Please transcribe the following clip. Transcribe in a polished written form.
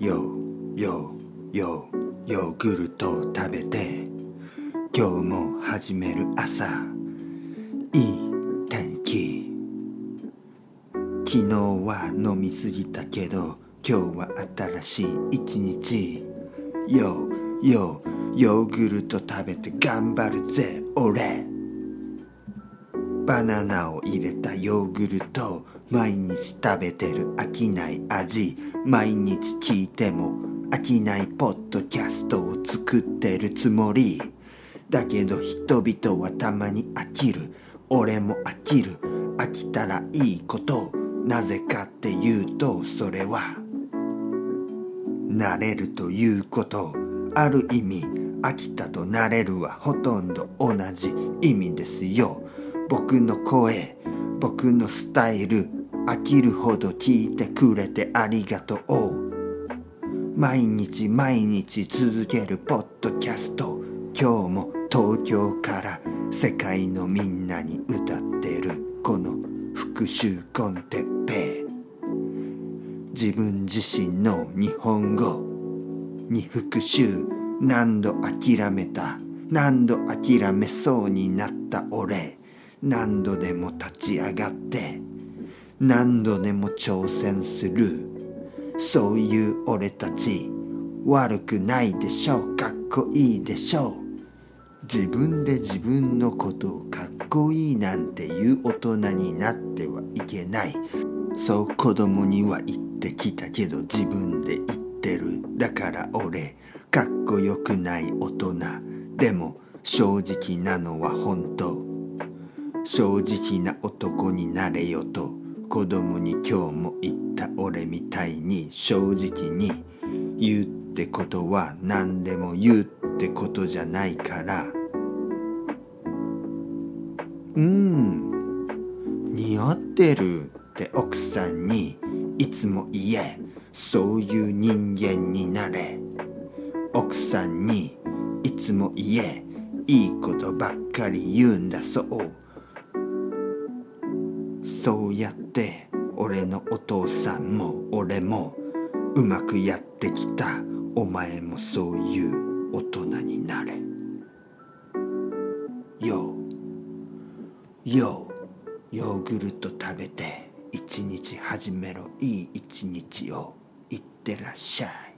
ヨーグルトを食べて今日も始める朝、いい天気。昨日は飲みすぎたけど今日は新しい一日。ヨーグルト食べて頑張るぜ俺。バナナを入れたヨーグルト、毎日食べてる飽きない味、毎日聞いても飽きないポッドキャストを作ってるつもりだけど、人々はたまに飽きる。俺も飽きる。飽きたらいいこと、なぜかっていうと、それは慣れるということ。ある意味飽きたと慣れるはほとんど同じ意味ですよ。僕の声、僕のスタイル、飽きるほど聞いてくれてありがとう。毎日続けるポッドキャスト、今日も東京から世界のみんなに歌ってるこの復習コンテッペイ。自分自身の日本語に復習。何度諦めた、何度諦めそうになった俺、何度でも立ち上がって何度でも挑戦する。そういう俺たち悪くないでしょう。かっこいいでしょう。自分で自分のことをかっこいいなんていう大人になってはいけない。そう子供には言ってきたけど自分で言ってる。だから俺かっこよくない大人。でも正直なのは本当。正直な男になれよと子供に今日も言った俺みたいに正直に言うってことは何でも言うってことじゃないから。似合ってるって奥さんにいつも言え。そういう人間になれ。奥さんにいつも言え。いいことばっかり言うんだそう。そうやって俺のお父さんも俺もうまくやってきた。お前もそういう大人になれ。ヨーグルト食べて一日始めろ。いい一日を。いってらっしゃい。